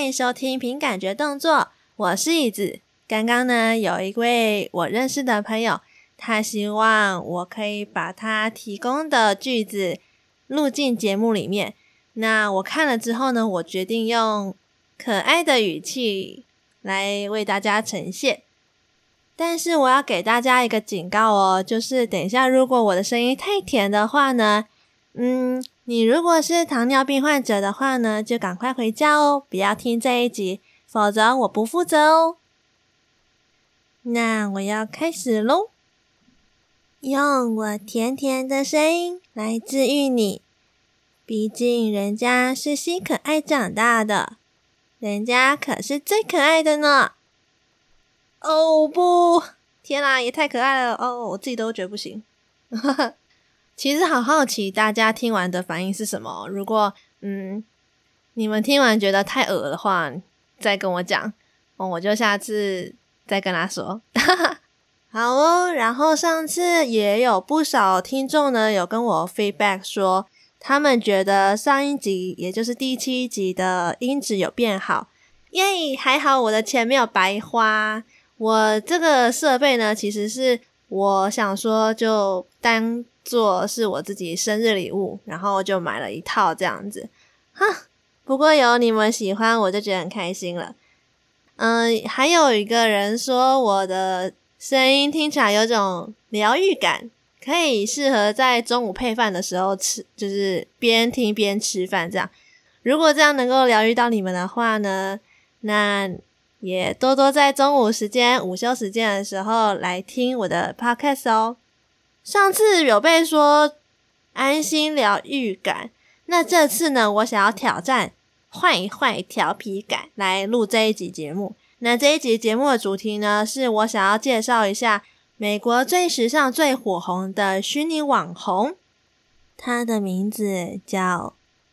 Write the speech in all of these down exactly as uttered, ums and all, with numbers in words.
迎收听凭感觉动作，我是椅子。刚刚呢，有一位我认识的朋友，他希望我可以把他提供的句子录进节目里面。那我看了之后呢，我决定用可爱的语气来为大家呈现。但是我要给大家一个警告哦，就是等一下如果我的声音太甜的话呢，嗯，你如果是糖尿病患者的话呢，就赶快回家哦，不要听这一集，否则我不负责哦。那我要开始咯，用我甜甜的声音来治愈你，毕竟人家是吸可爱长大的，人家可是最可爱的呢。哦不，天啊，也太可爱了哦，我自己都觉得不行。其实好好奇大家听完的反应是什么，如果嗯你们听完觉得太恶的话，再跟我讲哦，我就下次再跟他说。好哦，然后上次也有不少听众呢有跟我 feedback 说，他们觉得上一集也就是第七集的音质有变好，耶，还好我的钱没有白花。我这个设备呢，其实是我想说就当做是我自己生日礼物，然后就买了一套这样子。哈，不过有你们喜欢，我就觉得很开心了。嗯，还有一个人说我的声音听起来有种疗愈感，可以适合在中午配饭的时候吃，就是边听边吃饭这样。如果这样能够疗愈到你们的话呢，那也多多在中午时间、午休时间的时候来听我的 podcast 哦。上次有被说安心疗愈感，那这次呢，我想要挑战换一换调皮感来录这一集节目。那这一集节目的主题呢，是我想要介绍一下美国最时尚、最火红的虚拟网红，他的名字叫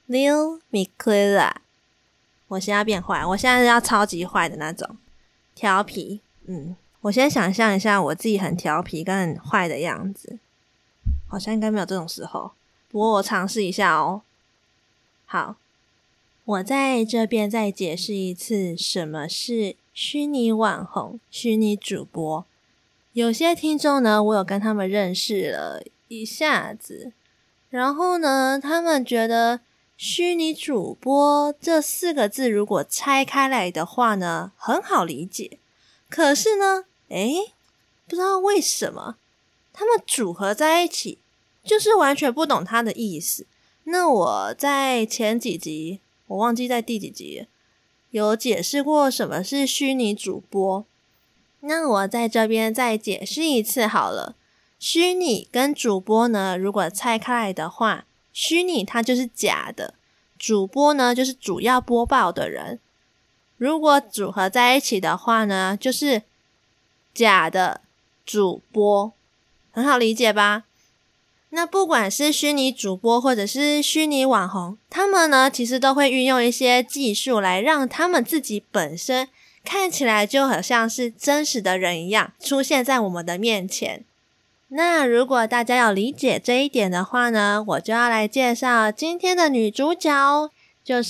Lil Miquela。我现在变坏，我现在要超级坏的那种调皮。嗯，我先想象一下我自己很调皮跟很坏的样子，好像应该没有这种时候，不过我尝试一下哦。好，我在这边再解释一次什么是虚拟网红、虚拟主播。有些听众呢，我有跟他们认识了一下子，然后呢，他们觉得虚拟主播这四个字如果拆开来的话呢，很好理解。可是呢，诶，不知道为什么他们组合在一起，就是完全不懂它的意思。那我在前几集，我忘记在第几集了，有解释过什么是虚拟主播。那我在这边再解释一次好了。虚拟跟主播呢，如果拆开来的话，虚拟它就是假的，主播呢就是主要播报的人。如果组合在一起的话呢，就是假的主播，很好理解吧？那不管是虚拟主播或者是虚拟网红，他们呢其实都会运用一些技术来让他们自己本身看起来就好像是真实的人一样出现在我们的面前。那如果大家要理解这一点的话呢，我就要来介绍今天的女主角哦，就是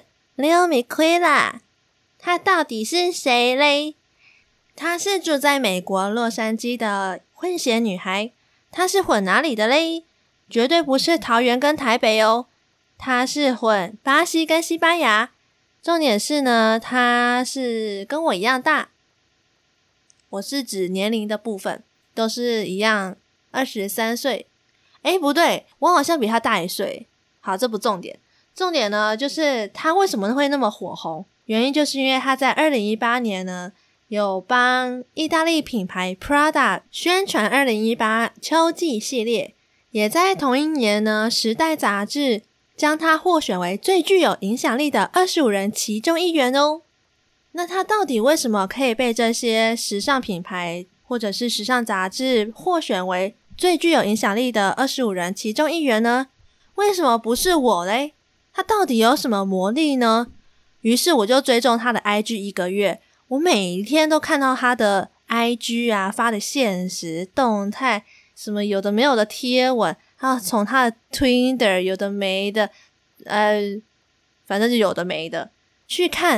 Lil Miquela。她到底是谁嘞？她是住在美国洛杉矶的混血女孩。她是混哪里的嘞？绝对不是桃园跟台北哦，她是混巴西跟西班牙。重点是呢，她是跟我一样大，我是指年龄的部分，都是一样二十三岁。诶，不对，我好像比她大一岁。好，这不重点，重点呢就是她为什么会那么火红，原因就是因为她在二零一八年呢有帮意大利品牌 Prada 宣传二零一八秋季系列，也在同一年呢，时代杂志将她获选为最具有影响力的二十五人其中一员哦。那她到底为什么可以被这些时尚品牌或者是时尚杂志获选为最具有影响力的二十五人其中一员呢？为什么不是我嘞？她到底有什么魔力呢？于是我就追踪她的 I G 一个月，我每一天都看到他的 I G 啊发的限时动态，什么有的没有的贴文，还有从他的 Twitter 有的没的，呃，反正就有的没的，去看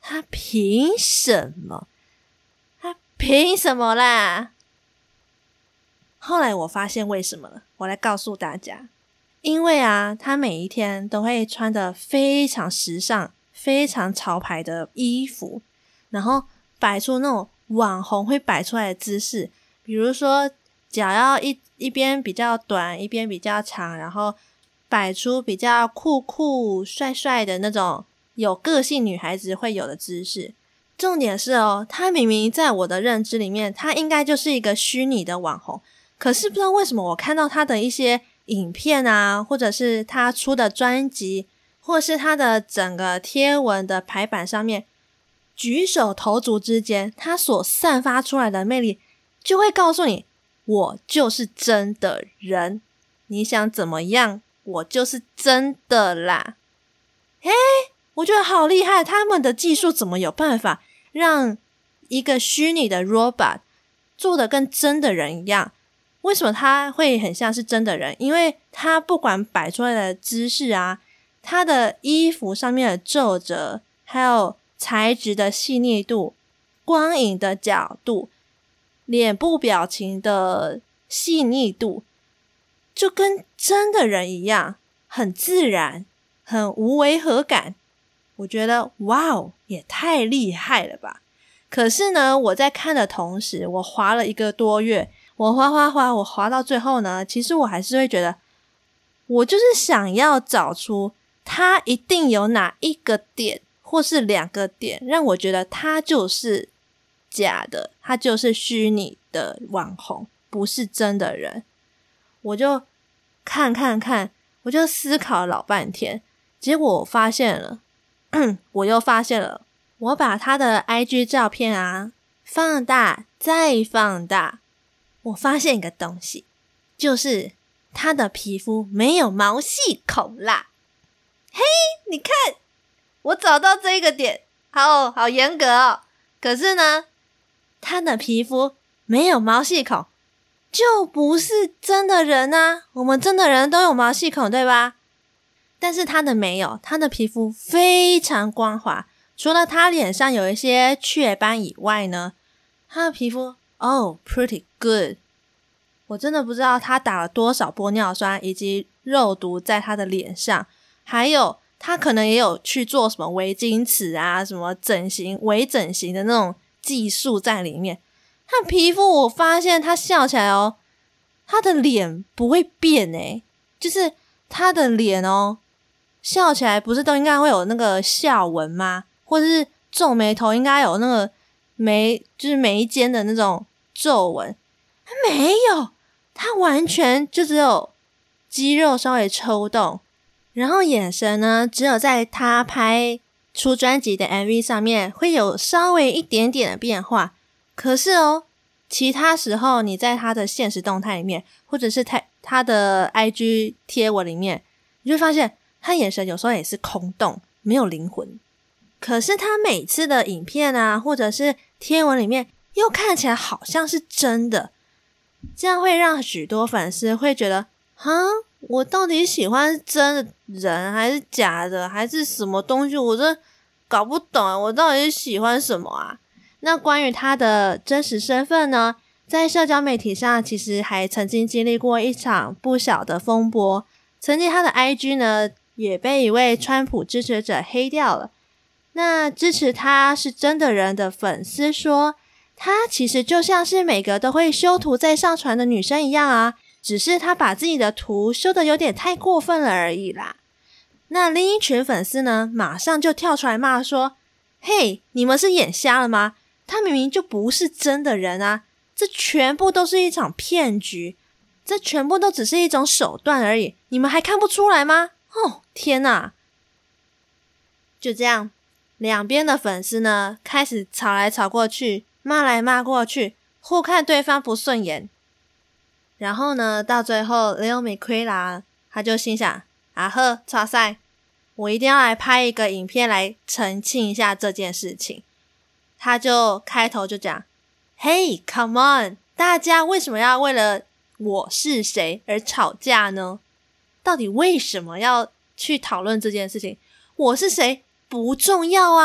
他凭什么？他凭什么啦？后来我发现为什么了，我来告诉大家。因为啊，他每一天都会穿得非常时尚、非常潮牌的衣服，然后摆出那种网红会摆出来的姿势，比如说脚要一一边比较短，一边比较长，然后摆出比较酷酷帅帅的那种有个性女孩子会有的姿势。重点是哦，他明明在我的认知里面，他应该就是一个虚拟的网红，可是不知道为什么我看到他的一些影片啊，或者是他出的专辑，或是他的整个贴文的排版上面，举手投足之间他所散发出来的魅力就会告诉你，我就是真的人，你想怎么样，我就是真的啦。嘿，我觉得好厉害，他们的技术怎么有办法让一个虚拟的 robot 做得跟真的人一样？为什么他会很像是真的人？因为他不管摆出来的姿势啊，他的衣服上面的皱褶，还有材质的细腻度，光影的角度，脸部表情的细腻度，就跟真的人一样，很自然，很无违和感。我觉得哇哦，也太厉害了吧。可是呢，我在看的同时，我滑了一个多月，我滑滑滑，我滑到最后呢，其实我还是会觉得，我就是想要找出他一定有哪一个点或是两个点让我觉得他就是假的，他就是虚拟的网红，不是真的人。我就看看看，我就思考了老半天，结果我发现了我又发现了，我把他的 I G 照片啊放大再放大，我发现一个东西，就是他的皮肤没有毛细孔啦。嘿，你看，我找到这个点，好好严格哦。可是呢，他的皮肤没有毛细孔，就不是真的人啊。我们真的人都有毛细孔，对吧？但是他的没有，他的皮肤非常光滑，除了他脸上有一些雀斑以外呢，他的皮肤哦 pretty good。 我真的不知道他打了多少玻尿酸以及肉毒在他的脸上，还有他可能也有去做什么微晶齿啊，什么整形微整形的那种技术在里面。他的皮肤我发现他笑起来哦，他的脸不会变诶，就是他的脸哦笑起来不是都应该会有那个笑纹吗？或者是皱眉头应该有那个眉，就是眉间的那种皱纹，他没有，他完全就只有肌肉稍微抽动，然后眼神呢，只有在他拍出专辑的 M V 上面会有稍微一点点的变化。可是哦，其他时候你在他的现实动态里面，或者是他他的 I G 贴文里面，你就会发现他眼神有时候也是空洞，没有灵魂。可是他每次的影片啊，或者是贴文里面，又看起来好像是真的。这样会让许多粉丝会觉得，哈，我到底喜欢真的人还是假的，还是什么东西？我真搞不懂啊，我到底是喜欢什么啊？那关于他的真实身份呢，在社交媒体上其实还曾经经历过一场不小的风波。曾经他的 I G 呢也被一位川普支持者黑掉了。那支持他是真的人的粉丝说，他其实就像是每个都会修图再上传的女生一样啊，只是他把自己的图修得有点太过分了而已啦。那另一群粉丝呢马上就跳出来骂说，嘿，你们是眼瞎了吗？他明明就不是真的人啊，这全部都是一场骗局，这全部都只是一种手段而已，你们还看不出来吗？哦，天哪！就这样，两边的粉丝呢开始吵来吵过去，骂来骂过去，互看对方不顺眼。然后呢，到最后 Lil Miquela 他就心想，啊呵，哇塞，我一定要来拍一个影片来澄清一下这件事情。他就开头就讲， Hey come on， 大家为什么要为了我是谁而吵架呢？到底为什么要去讨论这件事情？我是谁不重要啊，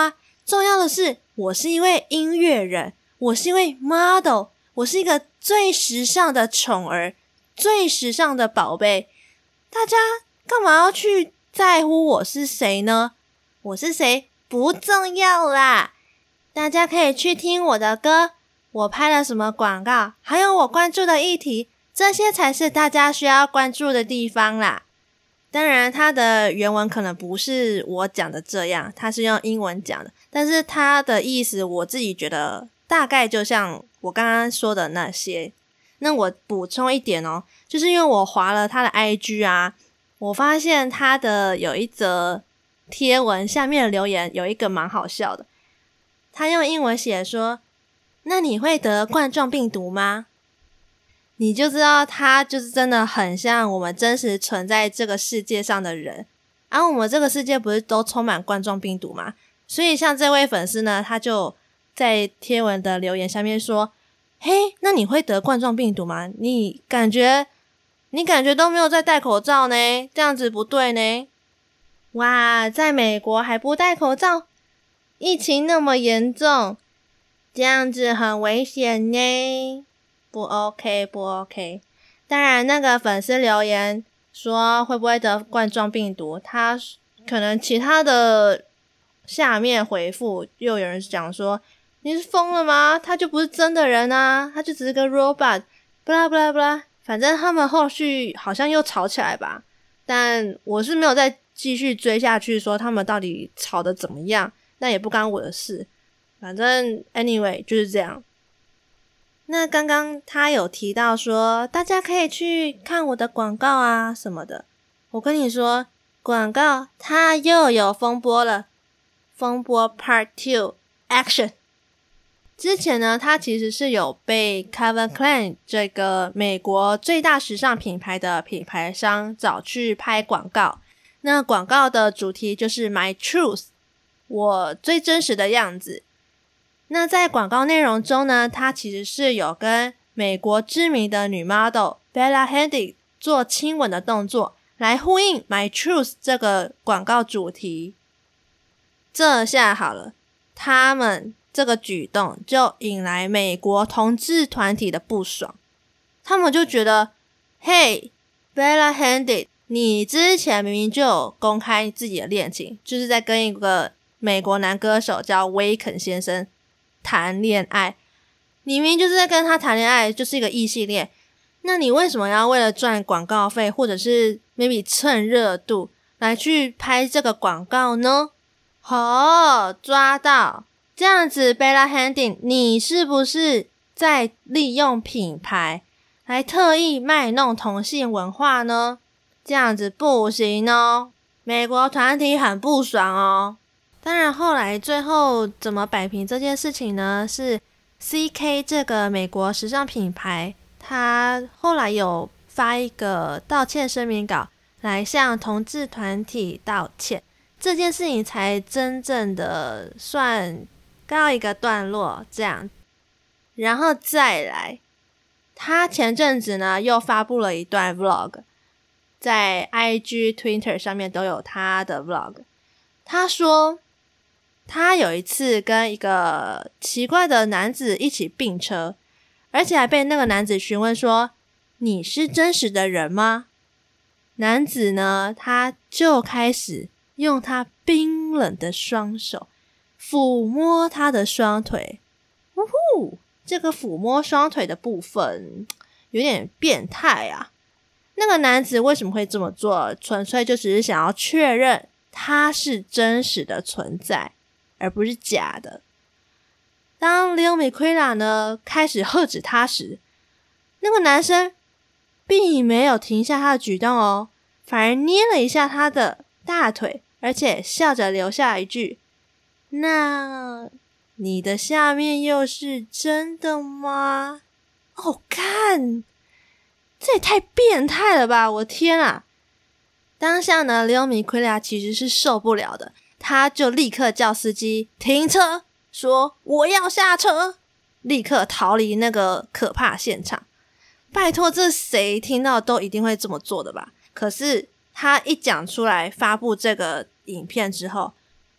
重要的是我是一位音乐人，我是一位 model， 我是一个最时尚的宠儿，最时尚的宝贝。大家干嘛要去在乎我是谁呢？我是谁不重要啦，大家可以去听我的歌，我拍了什么广告，还有我关注的议题，这些才是大家需要关注的地方啦。当然它的原文可能不是我讲的这样，它是用英文讲的，但是它的意思我自己觉得大概就像我刚刚说的那些。那我补充一点哦，就是因为我滑了他的 I G 啊，我发现他的有一则贴文下面的留言有一个蛮好笑的，他用英文写说，那你会得冠状病毒吗？你就知道他就是真的很像我们真实存在这个世界上的人，而、啊、我们这个世界不是都充满冠状病毒吗？所以像这位粉丝呢，他就在贴文的留言下面说，嘿，那你会得冠状病毒吗？你感觉你感觉都没有在戴口罩呢，这样子不对呢。哇，在美国还不戴口罩，疫情那么严重，这样子很危险呢，不 OK 不 OK。 当然那个粉丝留言说会不会得冠状病毒，他可能其他的下面回复又有人讲说，你是疯了吗？他就不是真的人啊，他就只是个 robot， 不啦不啦不啦。反正他们后续好像又吵起来吧，但我是没有再继续追下去说他们到底吵得怎么样，那也不干我的事，反正 anyway 就是这样。那刚刚他有提到说大家可以去看我的广告啊什么的，我跟你说广告它又有风波了，风波 Part 二 Action。 之前呢他其实是有被 Calvin Klein 这个美国最大时尚品牌的品牌商找去拍广告，那广告的主题就是 My Truth， 我最真实的样子。那在广告内容中呢，他其实是有跟美国知名的女 model Bella Hadid 做亲吻的动作，来呼应 My Truth 这个广告主题。这下好了，他们这个举动就引来美国同志团体的不爽，他们就觉得，嘿 Bella Hadid， 你之前明明就有公开自己的恋情，就是在跟一个美国男歌手叫威肯先生谈恋爱，你明明就是在跟他谈恋爱，就是一个异性恋，那你为什么要为了赚广告费，或者是 maybe 蹭热度来去拍这个广告呢？哦，抓到，这样子 Bella Hadid 你是不是在利用品牌来特意卖弄同性文化呢？这样子不行哦，美国团体很不爽哦。当然后来最后怎么摆平这件事情呢，是 C K 这个美国时尚品牌，他后来有发一个道歉声明稿来向同志团体道歉，这件事情才真正的算告一个段落这样。然后再来，他前阵子呢又发布了一段 vlog， 在 I G、Twitter 上面都有他的 vlog。 他说他有一次跟一个奇怪的男子一起并车，而且还被那个男子询问说，你是真实的人吗？男子呢他就开始用他冰冷的双手抚摸他的双腿，呜呼，这个抚摸双腿的部分有点变态啊。那个男子为什么会这么做？纯粹就只是想要确认他是真实的存在，而不是假的。当 Lil Miquela 呢开始喝止他时，那个男生并没有停下他的举动哦，反而捏了一下他的大腿，而且笑着留下一句，那你的下面又是真的吗？哦，看，这也太变态了吧，我天啊。当下呢 Lil Miquela 其实是受不了的，他就立刻叫司机停车，说我要下车，立刻逃离那个可怕现场。拜托，这谁听到都一定会这么做的吧？可是他一讲出来发布这个影片之后，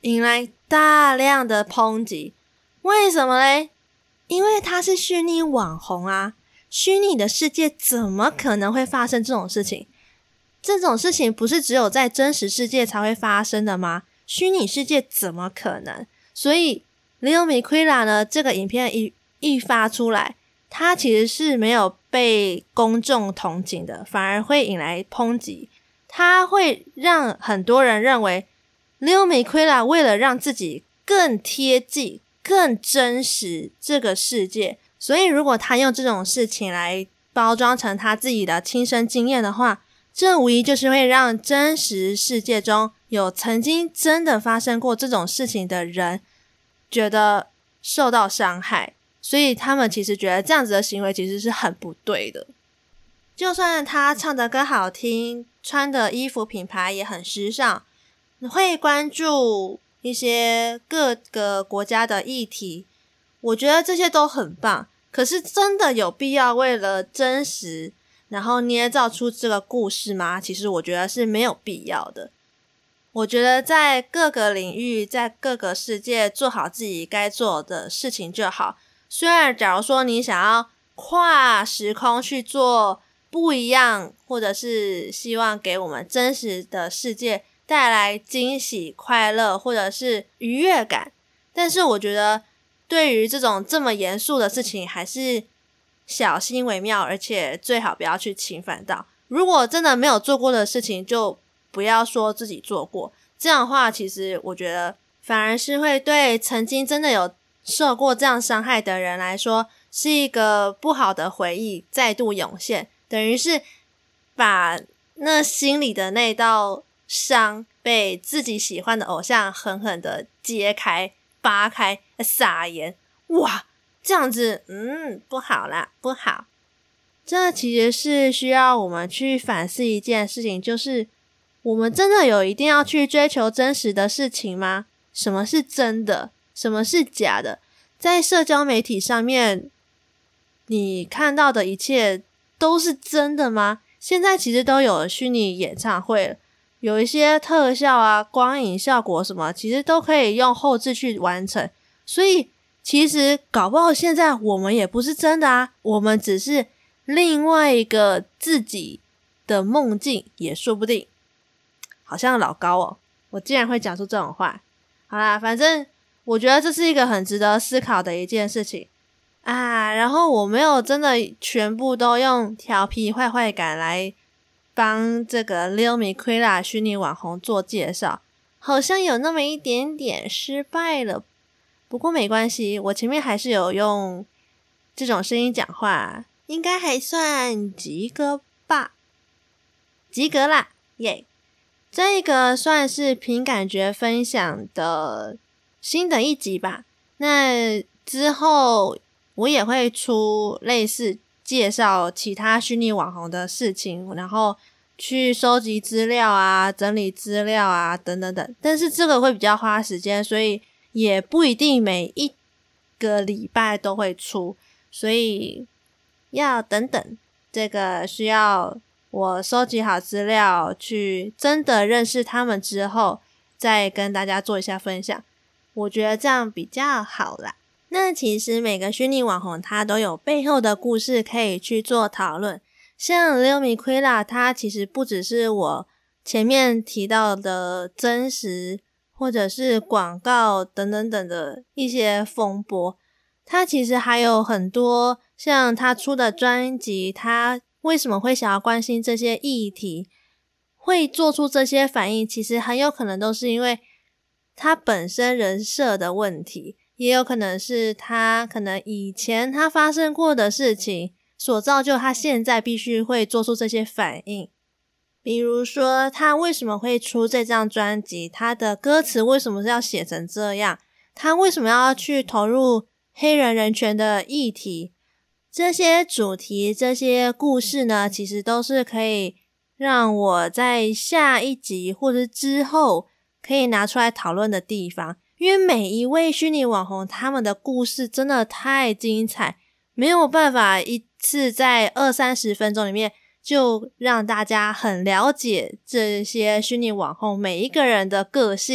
引来大量的抨击。为什么嘞？因为他是虚拟网红啊，虚拟的世界怎么可能会发生这种事情？这种事情不是只有在真实世界才会发生的吗？虚拟世界怎么可能？所以 Lil Miquela 呢，这个影片一一发出来，它其实是没有被公众同情的，反而会引来抨击。它会让很多人认为 Lil Miquela 为了让自己更贴近更真实这个世界，所以如果他用这种事情来包装成他自己的亲身经验的话，这无疑就是会让真实世界中有曾经真的发生过这种事情的人觉得受到伤害，所以他们其实觉得这样子的行为其实是很不对的。就算他唱的歌好听，穿的衣服品牌也很时尚，会关注一些各个国家的议题，我觉得这些都很棒。可是真的有必要为了真实然后捏造出这个故事吗？其实我觉得是没有必要的。我觉得在各个领域，在各个世界做好自己该做的事情就好。虽然假如说你想要跨时空去做不一样，或者是希望给我们真实的世界带来惊喜、快乐或者是愉悦感，但是我觉得对于这种这么严肃的事情还是小心为妙，而且最好不要去侵犯到。如果真的没有做过的事情，就不要说自己做过，这样的话其实我觉得反而是会对曾经真的有受过这样伤害的人来说是一个不好的回忆再度涌现，等于是把那心里的那道伤被自己喜欢的偶像狠狠的揭开、扒开、撒盐。哇，这样子嗯不好啦，不好。这其实是需要我们去反思一件事情，就是我们真的有一定要去追求真实的事情吗？什么是真的？什么是假的？在社交媒体上面你看到的一切都是真的吗？现在其实都有虚拟演唱会了，有一些特效啊、光影效果什么，其实都可以用后置去完成。所以其实搞不好现在我们也不是真的啊，我们只是另外一个自己的梦境也说不定。好像老高哦，我竟然会讲出这种话。好啦，反正我觉得这是一个很值得思考的一件事情啊。然后我没有真的全部都用调皮坏坏感来帮这个 Lil Miquela 虚拟网红做介绍，好像有那么一点点失败了。不过没关系，我前面还是有用这种声音讲话，应该还算及格吧，及格啦，耶！这个算是凭感觉分享的新的一集吧。那之后我也会出类似介绍其他虚拟网红的事情，然后去收集资料啊、整理资料啊等等等。但是这个会比较花时间，所以也不一定每一个礼拜都会出，所以要等等。这个需要我收集好资料，去真的认识他们之后，再跟大家做一下分享。我觉得这样比较好啦。那其实每个虚拟网红他都有背后的故事可以去做讨论。像 Lil Miquela 他其实不只是我前面提到的真实或者是广告等等等的一些风波，他其实还有很多像他出的专辑，他为什么会想要关心这些议题，会做出这些反应，其实很有可能都是因为他本身人设的问题，也有可能是他可能以前他发生过的事情所造就他现在必须会做出这些反应。比如说他为什么会出这张专辑，他的歌词为什么是要写成这样，他为什么要去投入黑人人权的议题，这些主题这些故事呢，其实都是可以让我在下一集或者之后可以拿出来讨论的地方。因为每一位虚拟网红他们的故事真的太精彩，没有办法一次在二三十分钟里面就让大家很了解这些虚拟网红每一个人的个性，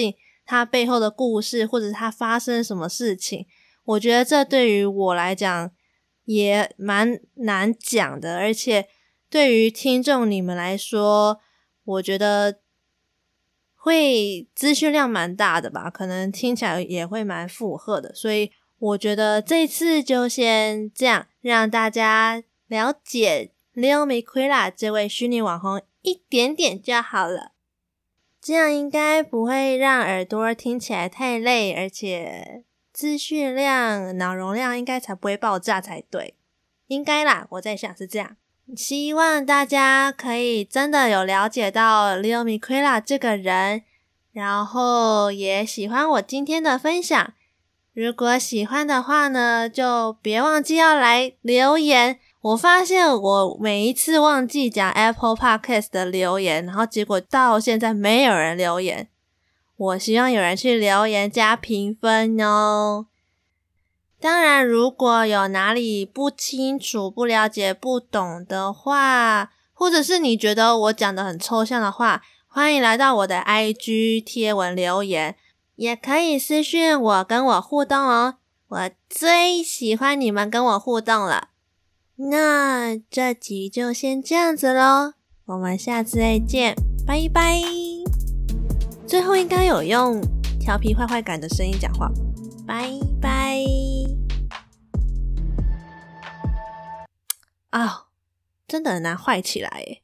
它背后的故事，或者是它发生什么事情。我觉得这对于我来讲也蛮难讲的，而且对于听众你们来说，我觉得会资讯量蛮大的吧，可能听起来也会蛮负荷的，所以我觉得这次就先这样，让大家了解 Lil Miquela 这位虚拟网红一点点就好了，这样应该不会让耳朵听起来太累，而且资讯量、脑容量应该才不会爆炸才对，应该啦，我在想是这样。希望大家可以真的有了解到 Lil Miquela 这个人，然后也喜欢我今天的分享。如果喜欢的话呢，就别忘记要来留言。我发现我每一次忘记讲 Apple Podcast 的留言，然后结果到现在没有人留言。我希望有人去留言加评分哦。当然如果有哪里不清楚、不了解、不懂的话，或者是你觉得我讲的很抽象的话，欢迎来到我的 I G 贴文留言，也可以私讯我跟我互动哦，我最喜欢你们跟我互动了。那这集就先这样子咯，我们下次再见，拜拜。最后应该有用调皮坏坏感的声音讲话，拜拜。啊，真的很难坏起来耶。